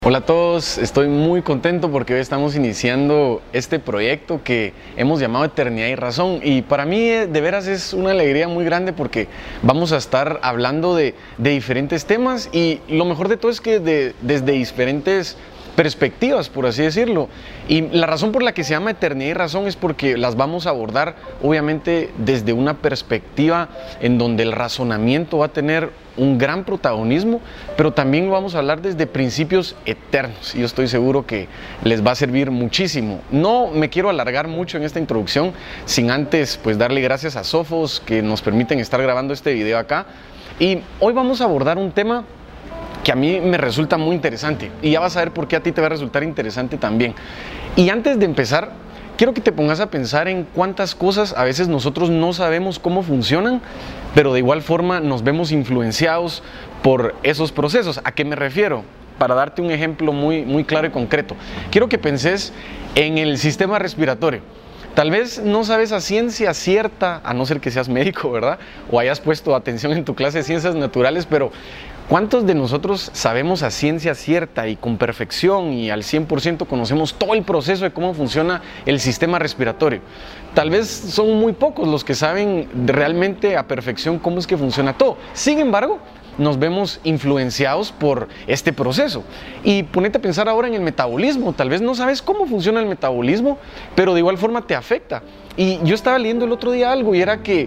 Hola a todos, estoy muy contento porque hoy estamos iniciando este proyecto que hemos llamado Eternidad y Razón, y para mí de veras es una alegría muy grande porque vamos a estar hablando de diferentes temas, y lo mejor de todo es que desde diferentes perspectivas, por así decirlo. Y la razón por la que se llama Eternidad y Razón es porque las vamos a abordar obviamente desde una perspectiva en donde el razonamiento va a tener un gran protagonismo, pero también vamos a hablar desde principios eternos, y yo estoy seguro que les va a servir muchísimo. No me quiero alargar mucho en esta introducción sin antes pues darle gracias a Sofos que nos permiten estar grabando este video acá. Y hoy vamos a abordar un tema que a mí me resulta muy interesante, y ya vas a ver por qué a ti te va a resultar interesante también. Y antes de empezar, quiero que te pongas a pensar en cuántas cosas a veces nosotros no sabemos cómo funcionan, pero de igual forma nos vemos influenciados por esos procesos. ¿A qué me refiero? Para darte un ejemplo muy claro y concreto, quiero que penses en el sistema respiratorio. Tal vez no sabes a ciencia cierta, a no ser que seas médico, ¿verdad? O hayas puesto atención en tu clase de ciencias naturales, pero ¿cuántos de nosotros sabemos a ciencia cierta y con perfección y al 100% conocemos todo el proceso de cómo funciona el sistema respiratorio? Tal vez son muy pocos los que saben realmente a perfección cómo es que funciona todo. Sin embargo, nos vemos influenciados por este proceso. Y ponete a pensar ahora en el metabolismo. Tal vez no sabes cómo funciona el metabolismo, pero de igual forma te afecta. Y yo estaba leyendo el otro día algo, y era que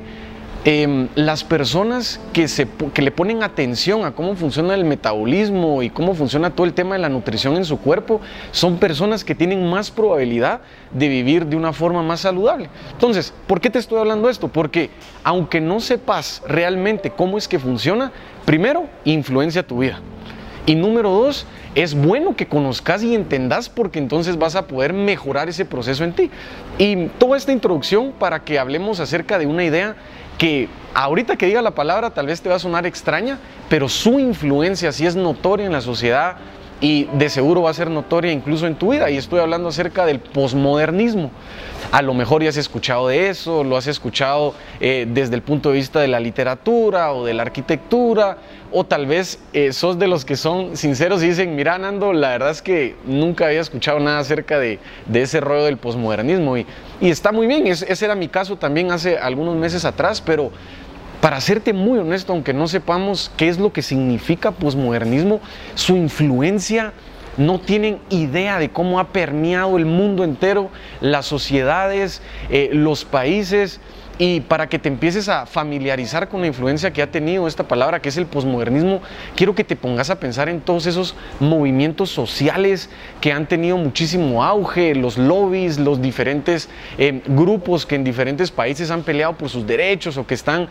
las personas que le ponen atención a cómo funciona el metabolismo y cómo funciona todo el tema de la nutrición en su cuerpo son personas que tienen más probabilidad de vivir de una forma más saludable. Entonces, ¿por qué te estoy hablando de esto? Porque aunque no sepas realmente cómo es que funciona, primero, influencia tu vida. Y número dos, es bueno que conozcas y entendas, porque entonces vas a poder mejorar ese proceso en ti. Y toda esta introducción para que hablemos acerca de una idea que ahorita que diga la palabra tal vez te va a sonar extraña, pero su influencia sí es notoria en la sociedad, y de seguro va a ser notoria incluso en tu vida. Y estoy hablando acerca del posmodernismo. A lo mejor ya has escuchado de eso, lo has escuchado desde el punto de vista de la literatura o de la arquitectura, o tal vez sos de los que son sinceros y dicen: mira, Nando, la verdad es que nunca había escuchado nada acerca de ese rollo del posmodernismo, y está muy bien. Ese era mi caso también hace algunos meses atrás, pero para serte muy honesto, aunque no sepamos qué es lo que significa posmodernismo, su influencia no tienen idea de cómo ha permeado el mundo entero, las sociedades, los países. Y para que te empieces a familiarizar con la influencia que ha tenido esta palabra, que es el posmodernismo, quiero que te pongas a pensar en todos esos movimientos sociales que han tenido muchísimo auge, los lobbies, los diferentes grupos que en diferentes países han peleado por sus derechos, o que están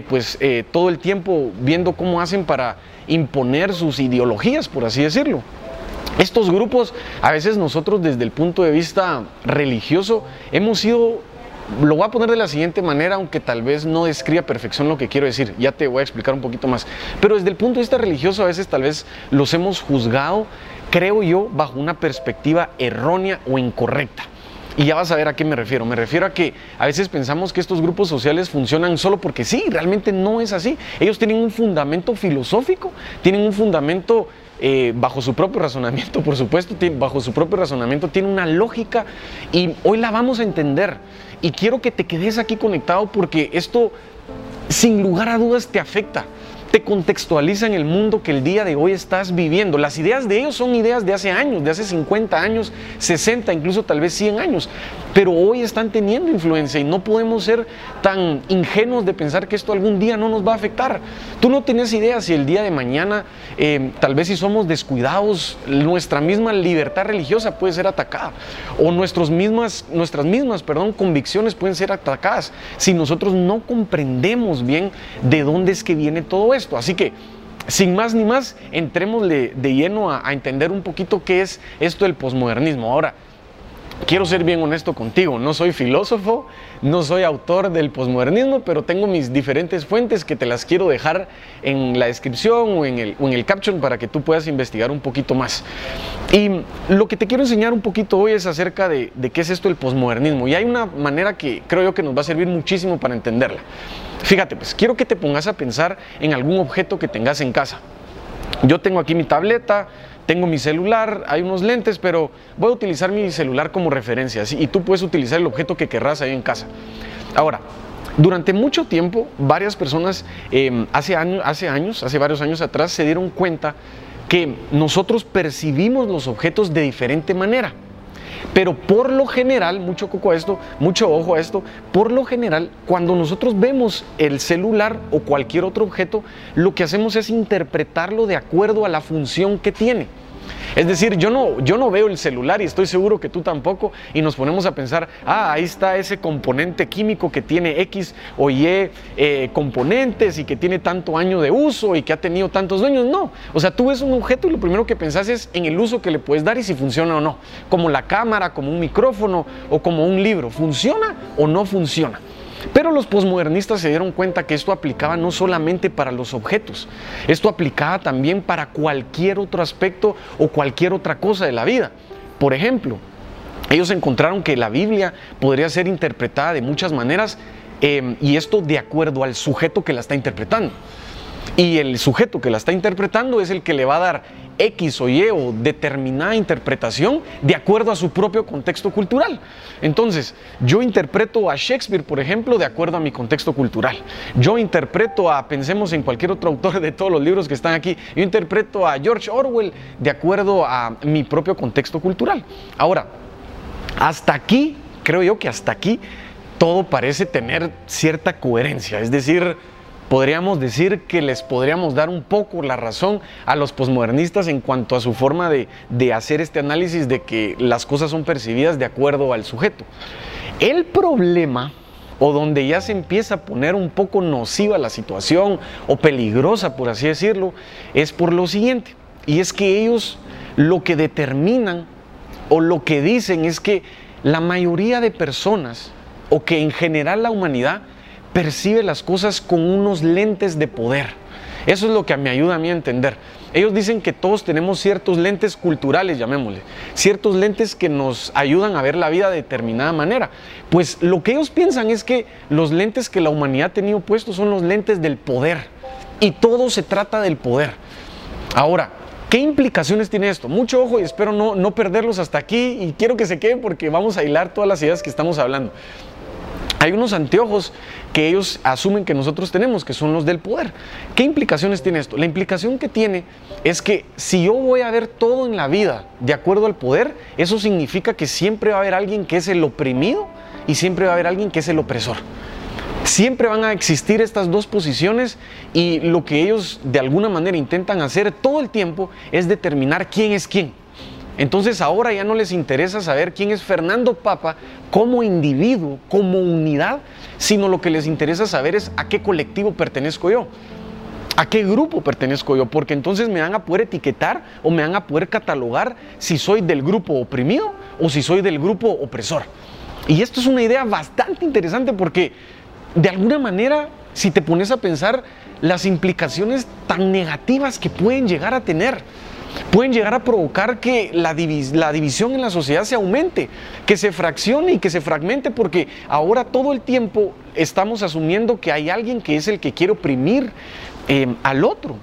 todo el tiempo viendo cómo hacen para imponer sus ideologías, por así decirlo. Estos grupos, a veces nosotros desde el punto de vista religioso hemos sido, lo voy a poner de la siguiente manera, aunque tal vez no describa a perfección lo que quiero decir, ya te voy a explicar un poquito más, pero desde el punto de vista religioso a veces tal vez los hemos juzgado, creo yo, bajo una perspectiva errónea o incorrecta. Y ya vas a ver a qué me refiero. Me refiero a que a veces pensamos que estos grupos sociales funcionan solo porque sí, realmente no es así. Ellos tienen un fundamento filosófico, tienen un fundamento bajo su propio razonamiento, por supuesto, bajo su propio razonamiento tiene una lógica, y hoy la vamos a entender. Y quiero que te quedes aquí conectado, porque esto sin lugar a dudas te afecta, te contextualiza en el mundo que el día de hoy estás viviendo. Las ideas de ellos son ideas de hace años, de hace 50 años, 60, incluso tal vez 100 años, pero hoy están teniendo influencia, y no podemos ser tan ingenuos de pensar que esto algún día no nos va a afectar. Tú no tienes idea si el día de mañana, tal vez si somos descuidados, nuestra misma libertad religiosa puede ser atacada, o nuestras mismas convicciones pueden ser atacadas, si nosotros no comprendemos bien de dónde es que viene todo esto. Así que, sin más ni más, entremos de lleno a entender un poquito qué es esto del posmodernismo. Ahora, quiero ser bien honesto contigo, no soy filósofo, no soy autor del posmodernismo, pero tengo mis diferentes fuentes que te las quiero dejar en la descripción o en el caption para que tú puedas investigar un poquito más. Y lo que te quiero enseñar un poquito hoy es acerca de qué es esto del posmodernismo, y hay una manera que creo yo que nos va a servir muchísimo para entenderla. Fíjate, pues quiero que te pongas a pensar en algún objeto que tengas en casa. Yo tengo aquí mi tableta, tengo mi celular, hay unos lentes, pero voy a utilizar mi celular como referencia, ¿sí? Y tú puedes utilizar el objeto que querrás ahí en casa. Ahora, durante mucho tiempo, varias personas hace varios años atrás se dieron cuenta que nosotros percibimos los objetos de diferente manera. Pero por lo general, mucho ojo a esto, por lo general, cuando nosotros vemos el celular o cualquier otro objeto, lo que hacemos es interpretarlo de acuerdo a la función que tiene. Es decir, yo no veo el celular y estoy seguro que tú tampoco, y nos ponemos a pensar, ahí está ese componente químico que tiene X o Y componentes y que tiene tanto año de uso y que ha tenido tantos dueños. No, o sea, tú ves un objeto y lo primero que pensás es en el uso que le puedes dar y si funciona o no, como la cámara, como un micrófono o como un libro, ¿funciona o no funciona? Pero los posmodernistas se dieron cuenta que esto aplicaba no solamente para los objetos, esto aplicaba también para cualquier otro aspecto o cualquier otra cosa de la vida. Por ejemplo, ellos encontraron que la Biblia podría ser interpretada de muchas maneras y esto de acuerdo al sujeto que la está interpretando. Y el sujeto que la está interpretando es el que le va a dar X o Y o determinada interpretación de acuerdo a su propio contexto cultural. Entonces, yo interpreto a Shakespeare, por ejemplo, de acuerdo a mi contexto cultural. Yo interpreto pensemos en cualquier otro autor de todos los libros que están aquí, yo interpreto a George Orwell de acuerdo a mi propio contexto cultural. Ahora, hasta aquí, creo yo que hasta aquí todo parece tener cierta coherencia, es decir, podríamos decir que les podríamos dar un poco la razón a los posmodernistas en cuanto a su forma de hacer este análisis de que las cosas son percibidas de acuerdo al sujeto. El problema, o donde ya se empieza a poner un poco nociva la situación, o peligrosa por así decirlo, es por lo siguiente, y es que ellos lo que determinan o lo que dicen es que la mayoría de personas, o que en general la humanidad, percibe las cosas con unos lentes de poder. Eso es lo que me ayuda a mí a entender. Ellos dicen que todos tenemos ciertos lentes culturales, llamémosle, ciertos lentes que nos ayudan a ver la vida de determinada manera. Pues lo que ellos piensan es que los lentes que la humanidad ha tenido puestos son los lentes del poder. Y todo se trata del poder. Ahora, ¿qué implicaciones tiene esto? Mucho ojo y espero no perderlos hasta aquí y quiero que se queden porque vamos a hilar todas las ideas que estamos hablando. Hay unos anteojos que ellos asumen que nosotros tenemos, que son los del poder. ¿Qué implicaciones tiene esto? La implicación que tiene es que si yo voy a ver todo en la vida de acuerdo al poder, eso significa que siempre va a haber alguien que es el oprimido y siempre va a haber alguien que es el opresor. Siempre van a existir estas dos posiciones y lo que ellos de alguna manera intentan hacer todo el tiempo es determinar quién es quién. Entonces ahora ya no les interesa saber quién es Fernando Papa como individuo, como unidad, sino lo que les interesa saber es a qué colectivo pertenezco yo, a qué grupo pertenezco yo, porque entonces me van a poder etiquetar o me van a poder catalogar si soy del grupo oprimido o si soy del grupo opresor. Y esto es una idea bastante interesante porque de alguna manera, si te pones a pensar las implicaciones tan negativas que pueden llegar a tener, pueden llegar a provocar que la división en la sociedad se aumente, que se fraccione y que se fragmente, porque ahora todo el tiempo estamos asumiendo que hay alguien que es el que quiere oprimir al otro.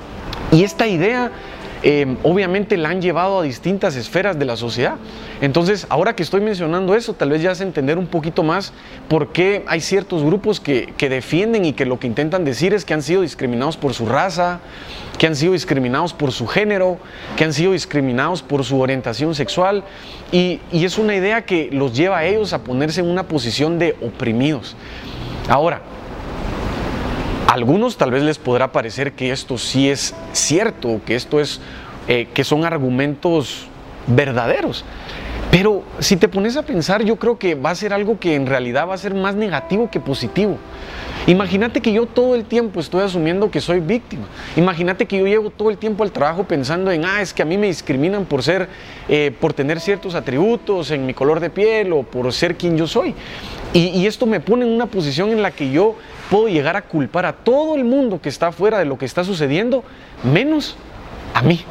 Y esta idea obviamente la han llevado a distintas esferas de la sociedad. Entonces, ahora que estoy mencionando eso, tal vez ya se entender un poquito más por qué hay ciertos grupos que defienden y que lo que intentan decir es que han sido discriminados por su raza, que han sido discriminados por su género, que han sido discriminados por su orientación sexual, y es una idea que los lleva a ellos a ponerse en una posición de oprimidos. Ahora, a algunos tal vez les podrá parecer que esto sí es cierto, que esto es, que son argumentos verdaderos. Pero si te pones a pensar, yo creo que va a ser algo que en realidad va a ser más negativo que positivo. Imagínate que yo todo el tiempo estoy asumiendo que soy víctima. Imagínate que yo llevo todo el tiempo al trabajo pensando en, es que a mí me discriminan por tener ciertos atributos, en mi color de piel o por ser quien yo soy. Y esto me pone en una posición en la que yo puedo llegar a culpar a todo el mundo que está fuera de lo que está sucediendo, menos a mí.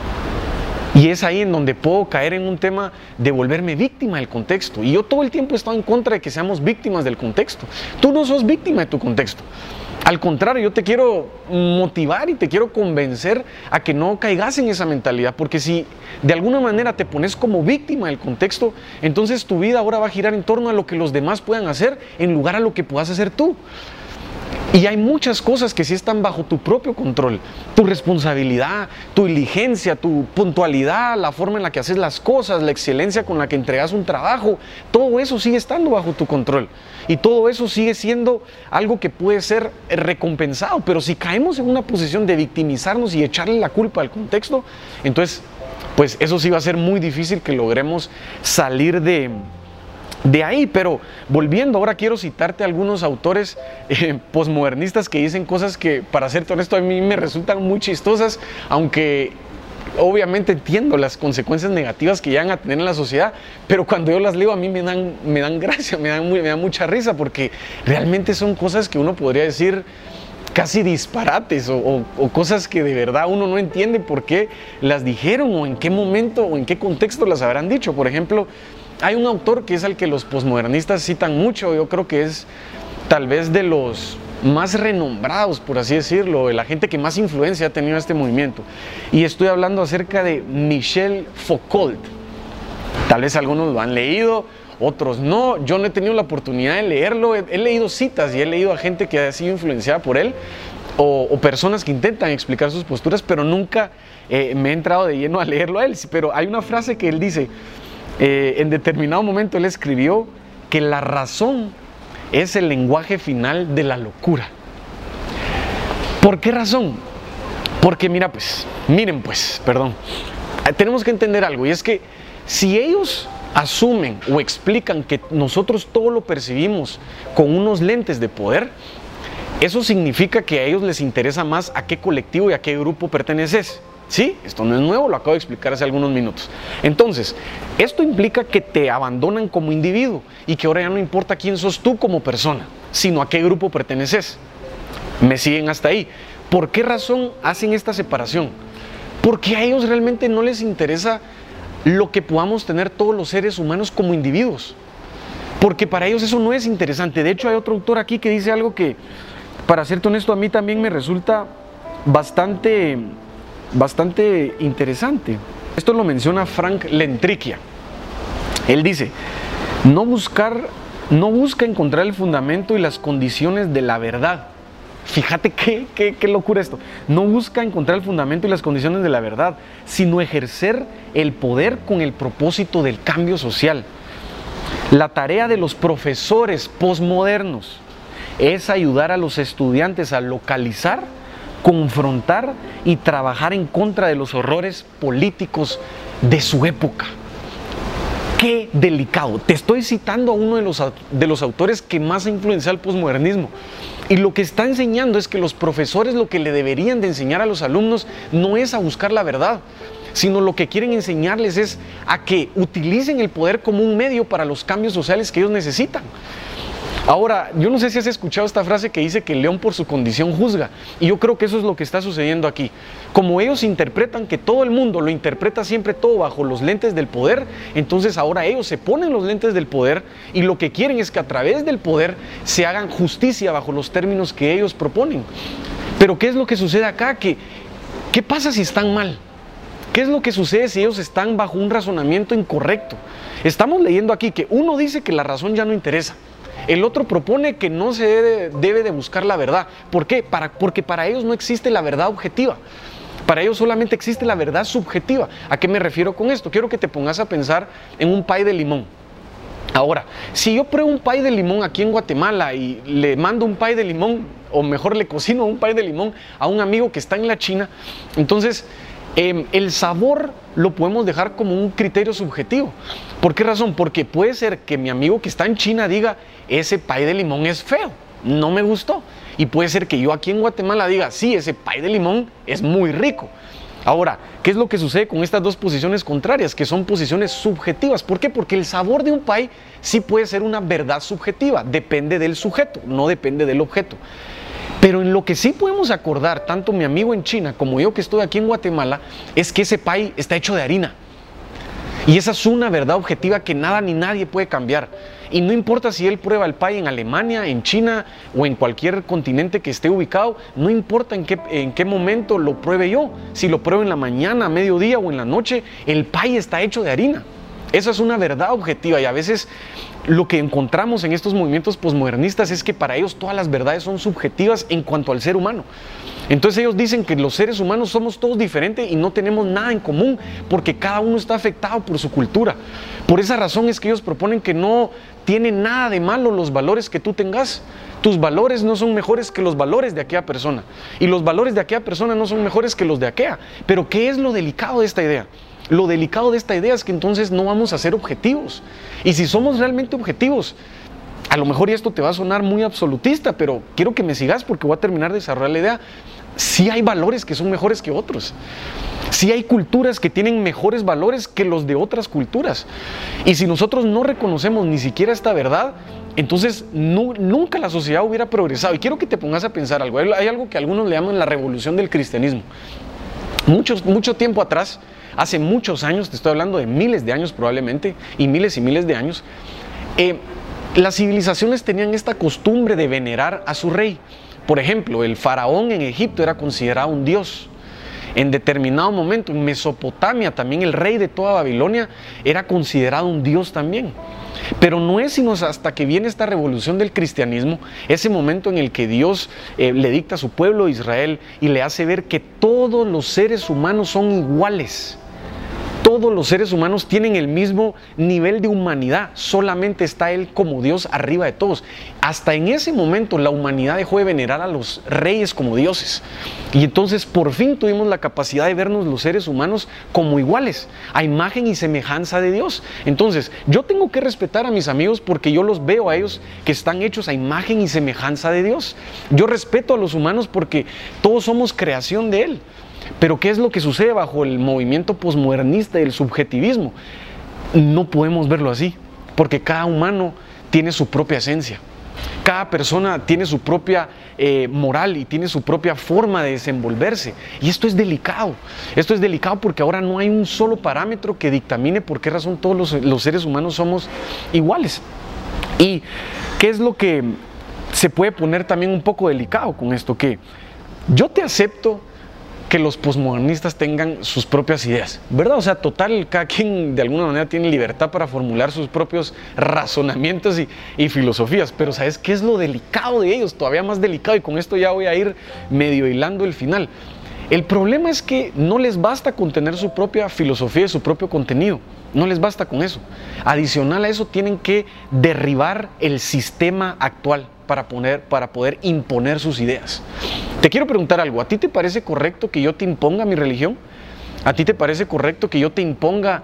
Y es ahí en donde puedo caer en un tema de volverme víctima del contexto. Y yo todo el tiempo he estado en contra de que seamos víctimas del contexto. Tú no sos víctima de tu contexto. Al contrario, yo te quiero motivar y te quiero convencer a que no caigas en esa mentalidad, porque si de alguna manera te pones como víctima del contexto, entonces tu vida ahora va a girar en torno a lo que los demás puedan hacer en lugar a lo que puedas hacer tú. Y hay muchas cosas que sí están bajo tu propio control, tu responsabilidad, tu diligencia, tu puntualidad, la forma en la que haces las cosas, la excelencia con la que entregas un trabajo, todo eso sigue estando bajo tu control y todo eso sigue siendo algo que puede ser recompensado, pero si caemos en una posición de victimizarnos y echarle la culpa al contexto, entonces pues eso sí va a ser muy difícil que logremos salir de ahí. Pero volviendo, ahora quiero citarte a algunos autores posmodernistas que dicen cosas que, para serte honesto, a mí me resultan muy chistosas, aunque obviamente entiendo las consecuencias negativas que llegan a tener en la sociedad, pero cuando yo las leo a mí me dan gracia, me dan mucha risa, porque realmente son cosas que uno podría decir casi disparates o cosas que de verdad uno no entiende por qué las dijeron o en qué momento o en qué contexto las habrán dicho. Por ejemplo, hay un autor que es al que los posmodernistas citan mucho, yo creo que es tal vez de los más renombrados, por así decirlo, de la gente que más influencia ha tenido este movimiento. Y estoy hablando acerca de Michel Foucault. Tal vez algunos lo han leído, otros no. Yo no he tenido la oportunidad de leerlo, he leído citas y he leído a gente que ha sido influenciada por él, o personas que intentan explicar sus posturas, pero nunca me he entrado de lleno a leerlo a él. Pero hay una frase que él dice, en determinado momento él escribió que la razón es el lenguaje final de la locura. ¿Por qué razón? Porque miren pues, tenemos que entender algo, y es que si ellos asumen o explican que nosotros todo lo percibimos con unos lentes de poder, eso significa que a ellos les interesa más a qué colectivo y a qué grupo perteneces. Sí, esto no es nuevo, lo acabo de explicar hace algunos minutos. Entonces, esto implica que te abandonan como individuo y que ahora ya no importa quién sos tú como persona, sino a qué grupo perteneces. ¿Me siguen hasta ahí? ¿Por qué razón hacen esta separación? Porque a ellos realmente no les interesa lo que podamos tener todos los seres humanos como individuos. Porque para ellos eso no es interesante. De hecho, hay otro autor aquí que dice algo que, para serte honesto, a mí también me resulta bastante interesante. Esto lo menciona Frank Lentriquia. Él dice, no busca encontrar el fundamento y las condiciones de la verdad. Fíjate qué locura esto. No busca encontrar el fundamento y las condiciones de la verdad, sino ejercer el poder con el propósito del cambio social. La tarea de los profesores posmodernos es ayudar a los estudiantes a localizar, confrontar y trabajar en contra de los horrores políticos de su época. ¡Qué delicado! Te estoy citando a uno de los autores que más ha influenciado el posmodernismo. Y lo que está enseñando es que los profesores lo que le deberían de enseñar a los alumnos no es a buscar la verdad, sino lo que quieren enseñarles es a que utilicen el poder como un medio para los cambios sociales que ellos necesitan. Ahora, yo no sé si has escuchado esta frase que dice que el león por su condición juzga, y yo creo que eso es lo que está sucediendo aquí. Como ellos interpretan que todo el mundo lo interpreta siempre todo bajo los lentes del poder, entonces ahora ellos se ponen los lentes del poder y lo que quieren es que a través del poder se hagan justicia bajo los términos que ellos proponen. Pero ¿qué es lo que sucede acá? ¿Qué pasa si están mal? ¿Qué es lo que sucede si ellos están bajo un razonamiento incorrecto? Estamos leyendo aquí que uno dice que la razón ya no interesa. El otro propone que no se debe de buscar la verdad. ¿Por qué? Porque para ellos no existe la verdad objetiva. Para ellos solamente existe la verdad subjetiva. ¿A qué me refiero con esto? Quiero que te pongas a pensar en un pay de limón. Ahora, si yo pruebo un pay de limón aquí en Guatemala y le mando un pay de limón, o mejor le cocino un pay de limón a un amigo que está en la China, entonces el sabor lo podemos dejar como un criterio subjetivo. ¿Por qué razón? Porque puede ser que mi amigo que está en China diga, ese pay de limón es feo, no me gustó. Y puede ser que yo aquí en Guatemala diga, sí, ese pay de limón es muy rico. Ahora, ¿qué es lo que sucede con estas dos posiciones contrarias? Que son posiciones subjetivas. ¿Por qué? Porque el sabor de un pay sí puede ser una verdad subjetiva, depende del sujeto, no depende del objeto. Pero en lo que sí podemos acordar, tanto mi amigo en China como yo que estoy aquí en Guatemala, es que ese pay está hecho de harina. Y esa es una verdad objetiva que nada ni nadie puede cambiar. Y no importa si él prueba el pay en Alemania, en China o en cualquier continente que esté ubicado, no importa en qué momento lo pruebe yo. Si lo pruebo en la mañana, a mediodía o en la noche, el pay está hecho de harina. Esa es una verdad objetiva, y a veces lo que encontramos en estos movimientos posmodernistas es que para ellos todas las verdades son subjetivas en cuanto al ser humano. Entonces ellos dicen que los seres humanos somos todos diferentes y no tenemos nada en común porque cada uno está afectado por su cultura. Por esa razón es que ellos proponen que no tiene nada de malo los valores que tú tengas. Tus valores no son mejores que los valores de aquella persona, y los valores de aquella persona no son mejores que los de aquella. Pero ¿qué es lo delicado de esta idea? Lo delicado de esta idea es que entonces no vamos a ser objetivos. Y si somos realmente objetivos, a lo mejor, y esto te va a sonar muy absolutista, pero quiero que me sigas porque voy a terminar de desarrollar la idea. Sí hay valores que son mejores que otros. Sí hay culturas que tienen mejores valores que los de otras culturas. Y si nosotros no reconocemos ni siquiera esta verdad, entonces nunca la sociedad hubiera progresado. Y quiero que te pongas a pensar algo. Hay algo que algunos le llaman la revolución del cristianismo. Mucho tiempo atrás, hace muchos años, te estoy hablando de miles de años probablemente, y miles de años, las civilizaciones tenían esta costumbre de venerar a su rey. Por ejemplo, el faraón en Egipto era considerado un dios. En determinado momento, en Mesopotamia, también el rey de toda Babilonia era considerado un dios también. Pero no es sino hasta que viene esta revolución del cristianismo, ese momento en el que Dios le dicta a su pueblo de Israel y le hace ver que todos los seres humanos son iguales. Todos los seres humanos tienen el mismo nivel de humanidad, solamente está Él como Dios arriba de todos. Hasta en ese momento la humanidad dejó de venerar a los reyes como dioses. Y entonces por fin tuvimos la capacidad de vernos los seres humanos como iguales, a imagen y semejanza de Dios. Entonces yo tengo que respetar a mis amigos porque yo los veo a ellos que están hechos a imagen y semejanza de Dios. Yo respeto a los humanos porque todos somos creación de Él. Pero ¿qué es lo que sucede bajo el movimiento posmodernista y el subjetivismo? No podemos verlo así, porque cada humano tiene su propia esencia. Cada persona tiene su propia moral y tiene su propia forma de desenvolverse. Y esto es delicado. Esto es delicado porque ahora no hay un solo parámetro que dictamine por qué razón todos los seres humanos somos iguales. ¿Y qué es lo que se puede poner también un poco delicado con esto? Que yo te acepto que los posmodernistas tengan sus propias ideas, ¿verdad? O sea, total, cada quien de alguna manera tiene libertad para formular sus propios razonamientos y filosofías, pero ¿sabes qué es lo delicado de ellos? Todavía más delicado, y con esto ya voy a ir medio hilando el final. El problema es que no les basta con tener su propia filosofía y su propio contenido, no les basta con eso. Adicional a eso, tienen que derribar el sistema actual para poder imponer sus ideas. Te quiero preguntar algo, ¿a ti te parece correcto que yo te imponga mi religión? ¿A ti te parece correcto que yo te imponga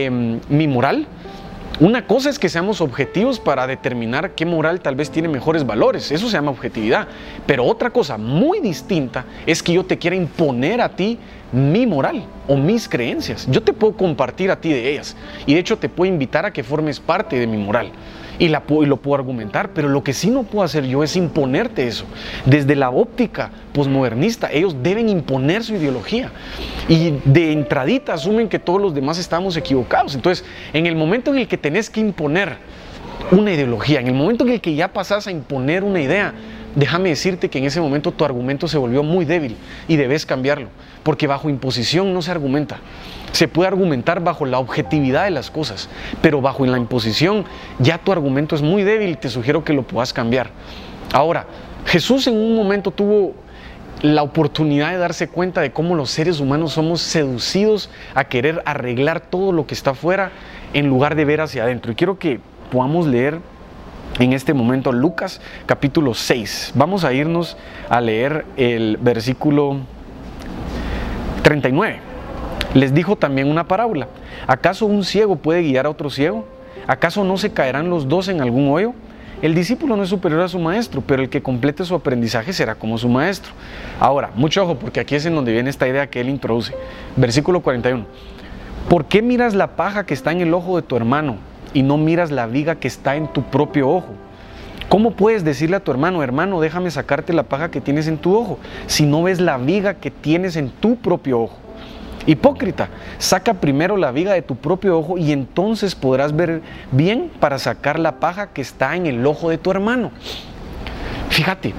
mi moral? Una cosa es que seamos objetivos para determinar qué moral tal vez tiene mejores valores, eso se llama objetividad. Pero otra cosa muy distinta es que yo te quiera imponer a ti mi moral o mis creencias. Yo te puedo compartir a ti de ellas, y de hecho te puedo invitar a que formes parte de mi moral. Y lo puedo argumentar, pero lo que sí no puedo hacer yo es imponerte eso. Desde la óptica posmodernista, ellos deben imponer su ideología. Y de entradita asumen que todos los demás estamos equivocados. Entonces, en el momento en el que tenés que imponer una ideología, en el momento en el que ya pasás a imponer una idea, déjame decirte que en ese momento tu argumento se volvió muy débil y debes cambiarlo. Porque bajo imposición no se argumenta. Se puede argumentar bajo la objetividad de las cosas, pero bajo la imposición ya tu argumento es muy débil y te sugiero que lo puedas cambiar. Ahora, Jesús en un momento tuvo la oportunidad de darse cuenta de cómo los seres humanos somos seducidos a querer arreglar todo lo que está afuera en lugar de ver hacia adentro. Y quiero que podamos leer en este momento Lucas capítulo 6. Vamos a irnos a leer el versículo 39. Les dijo también una parábola. ¿Acaso un ciego puede guiar a otro ciego? ¿Acaso no se caerán los dos en algún hoyo? El discípulo no es superior a su maestro, pero el que complete su aprendizaje será como su maestro. Ahora, mucho ojo, porque aquí es en donde viene esta idea que él introduce. Versículo 41. ¿Por qué miras la paja que está en el ojo de tu hermano y no miras la viga que está en tu propio ojo? ¿Cómo puedes decirle a tu hermano, hermano, déjame sacarte la paja que tienes en tu ojo, si no ves la viga que tienes en tu propio ojo? Hipócrita, saca primero la viga de tu propio ojo y entonces podrás ver bien para sacar la paja que está en el ojo de tu hermano. Fíjate,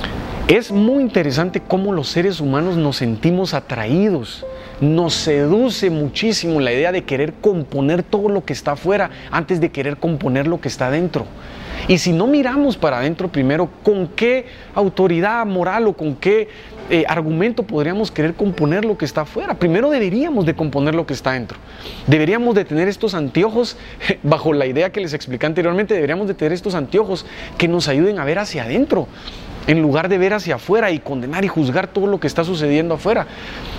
es muy interesante cómo los seres humanos nos sentimos atraídos. Nos seduce muchísimo la idea de querer componer todo lo que está afuera antes de querer componer lo que está adentro. Y si no miramos para adentro primero, ¿con qué autoridad moral o con qué argumento podríamos querer componer lo que está afuera? Primero deberíamos de componer lo que está adentro. Deberíamos de tener estos anteojos, bajo la idea que les expliqué anteriormente, deberíamos de tener estos anteojos que nos ayuden a ver hacia adentro, en lugar de ver hacia afuera y condenar y juzgar todo lo que está sucediendo afuera.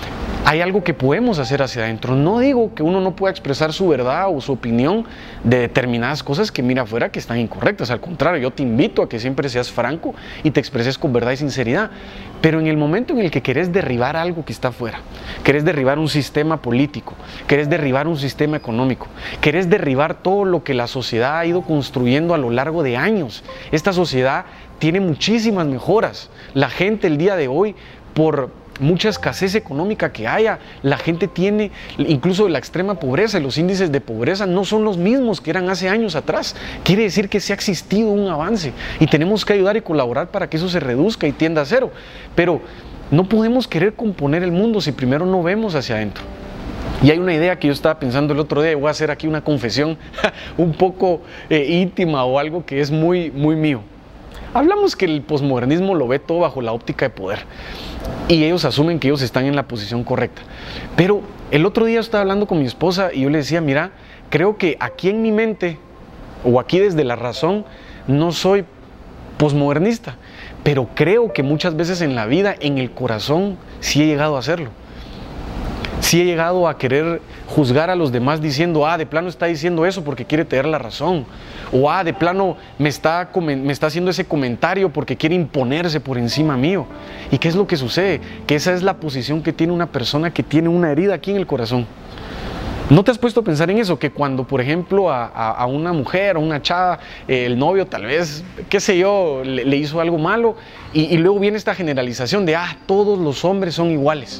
Hay algo que podemos hacer hacia adentro. No digo que uno no pueda expresar su verdad o su opinión de determinadas cosas que mira afuera que están incorrectas. Al contrario, yo te invito a que siempre seas franco y te expreses con verdad y sinceridad. Pero en el momento en el que querés derribar algo que está afuera, querés derribar un sistema político, querés derribar un sistema económico, querés derribar todo lo que la sociedad ha ido construyendo a lo largo de años. Esta sociedad tiene muchísimas mejoras. La gente el día de hoy, por mucha escasez económica que haya, la gente tiene incluso la extrema pobreza y los índices de pobreza no son los mismos que eran hace años atrás. Quiere decir que sí ha existido un avance y tenemos que ayudar y colaborar para que eso se reduzca y tienda a cero. Pero no podemos querer componer el mundo si primero no vemos hacia adentro. Y hay una idea que yo estaba pensando el otro día, y voy a hacer aquí una confesión un poco íntima o algo que es muy mío. Hablamos que el posmodernismo lo ve todo bajo la óptica de poder y ellos asumen que ellos están en la posición correcta. Pero el otro día estaba hablando con mi esposa y yo le decía, mira, creo que aquí en mi mente o aquí desde la razón no soy posmodernista, pero creo que muchas veces en la vida, en el corazón, sí he llegado a hacerlo. Sí he llegado a querer juzgar a los demás diciendo, de plano está diciendo eso porque quiere tener la razón. O de plano me está haciendo ese comentario porque quiere imponerse por encima mío. ¿Y qué es lo que sucede? Que esa es la posición que tiene una persona que tiene una herida aquí en el corazón. ¿No te has puesto a pensar en eso? Que cuando, por ejemplo, a una mujer, a una chava, el novio tal vez, qué sé yo, le hizo algo malo y luego viene esta generalización de, todos los hombres son iguales.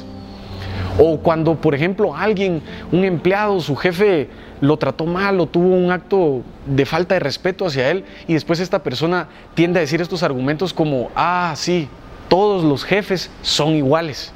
O cuando, por ejemplo, alguien, un empleado, su jefe lo trató mal o tuvo un acto de falta de respeto hacia él y después esta persona tiende a decir estos argumentos como, sí, todos los jefes son iguales.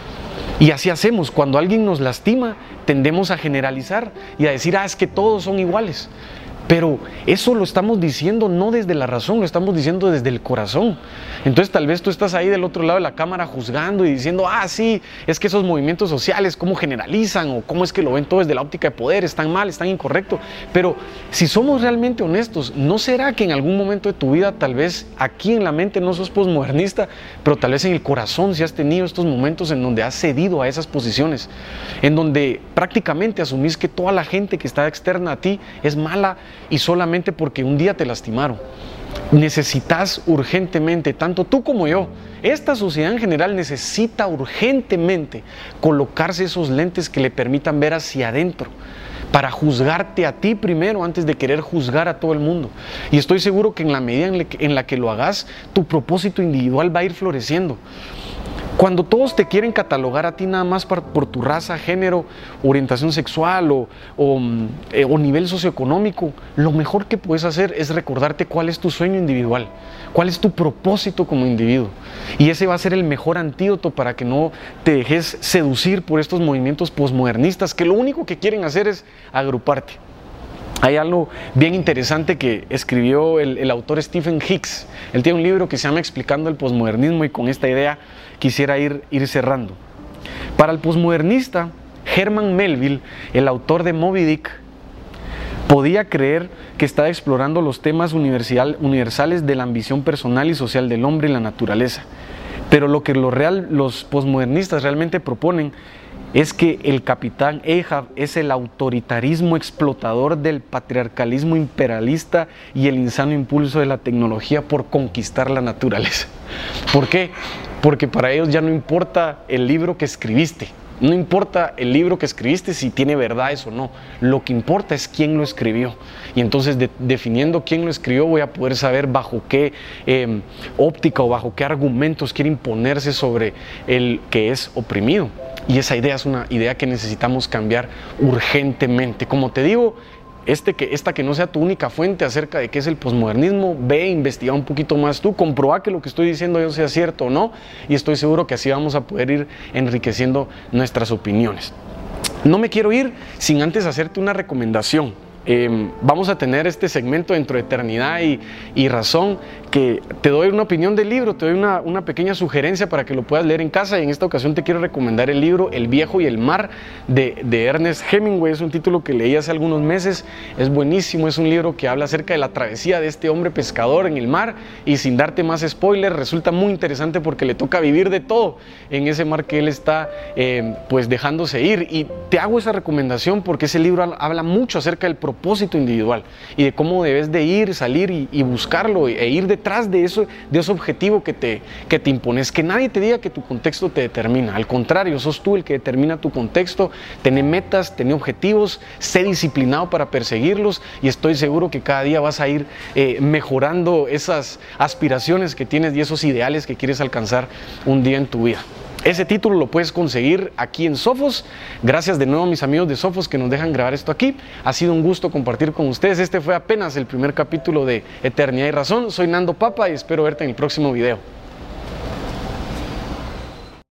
Y así hacemos, cuando alguien nos lastima, tendemos a generalizar y a decir, es que todos son iguales. Pero eso lo estamos diciendo no desde la razón, lo estamos diciendo desde el corazón. Entonces tal vez tú estás ahí del otro lado de la cámara juzgando y diciendo, sí, es que esos movimientos sociales, ¿cómo generalizan? O ¿cómo es que lo ven todo desde la óptica de poder? ¿Están mal? ¿Están incorrectos? Pero si somos realmente honestos, ¿no será que en algún momento de tu vida, tal vez aquí en la mente no sos posmodernista, pero tal vez en el corazón sí has tenido estos momentos en donde has cedido a esas posiciones? En donde prácticamente asumís que toda la gente que está externa a ti es mala y solamente porque un día te lastimaron. Necesitas urgentemente, tanto tú como yo, esta sociedad en general necesita urgentemente colocarse esos lentes que le permitan ver hacia adentro, para juzgarte a ti primero antes de querer juzgar a todo el mundo. Y estoy seguro que en la medida en la que lo hagas, tu propósito individual va a ir floreciendo. Cuando todos te quieren catalogar a ti nada más por tu raza, género, orientación sexual o nivel socioeconómico, lo mejor que puedes hacer es recordarte cuál es tu sueño individual, cuál es tu propósito como individuo. Y ese va a ser el mejor antídoto para que no te dejes seducir por estos movimientos posmodernistas que lo único que quieren hacer es agruparte. Hay algo bien interesante que escribió el autor Stephen Hicks. Él tiene un libro que se llama Explicando el posmodernismo y con esta idea quisiera ir cerrando. Para el posmodernista, Herman Melville, el autor de Moby Dick, podía creer que estaba explorando los temas universales de la ambición personal y social del hombre y la naturaleza. Pero lo que los posmodernistas realmente proponen es que el capitán Ahab es el autoritarismo explotador del patriarcalismo imperialista y el insano impulso de la tecnología por conquistar la naturaleza. ¿Por qué? Porque para ellos ya no importa el libro que escribiste, No importa el libro que escribiste si tiene verdades o no, lo que importa es quién lo escribió. Y entonces definiendo quién lo escribió voy a poder saber bajo qué óptica o bajo qué argumentos quiere imponerse sobre el que es oprimido. Y esa idea es una idea que necesitamos cambiar urgentemente. Como te digo, esta que no sea tu única fuente acerca de qué es el posmodernismo, ve, investiga un poquito más tú, comproba que lo que estoy diciendo yo sea cierto o no, y estoy seguro que así vamos a poder ir enriqueciendo nuestras opiniones. No me quiero ir sin antes hacerte una recomendación. Vamos a tener este segmento dentro de Eternidad y Razón, que te doy una opinión del libro, te doy una pequeña sugerencia para que lo puedas leer en casa, y en esta ocasión te quiero recomendar el libro El viejo y el mar de Ernest Hemingway. Es un título que leí hace algunos meses, es buenísimo, es un libro que habla acerca de la travesía de este hombre pescador en el mar, y sin darte más spoilers, resulta muy interesante porque le toca vivir de todo en ese mar que él está pues dejándose ir. Y te hago esa recomendación porque ese libro habla mucho acerca del propósito individual y de cómo debes de ir, salir y buscarlo e ir detrás de ese objetivo que te impones. Que nadie te diga que tu contexto te determina, al contrario, sos tú el que determina tu contexto. Tené metas, tené objetivos, sé disciplinado para perseguirlos, y estoy seguro que cada día vas a ir mejorando esas aspiraciones que tienes y esos ideales que quieres alcanzar un día en tu vida. Ese título lo puedes conseguir aquí en Sophos. Gracias de nuevo a mis amigos de Sophos que nos dejan grabar esto aquí. Ha sido un gusto compartir con ustedes. Este fue apenas el primer capítulo de Eternidad y Razón. Soy Nando Papa y espero verte en el próximo video.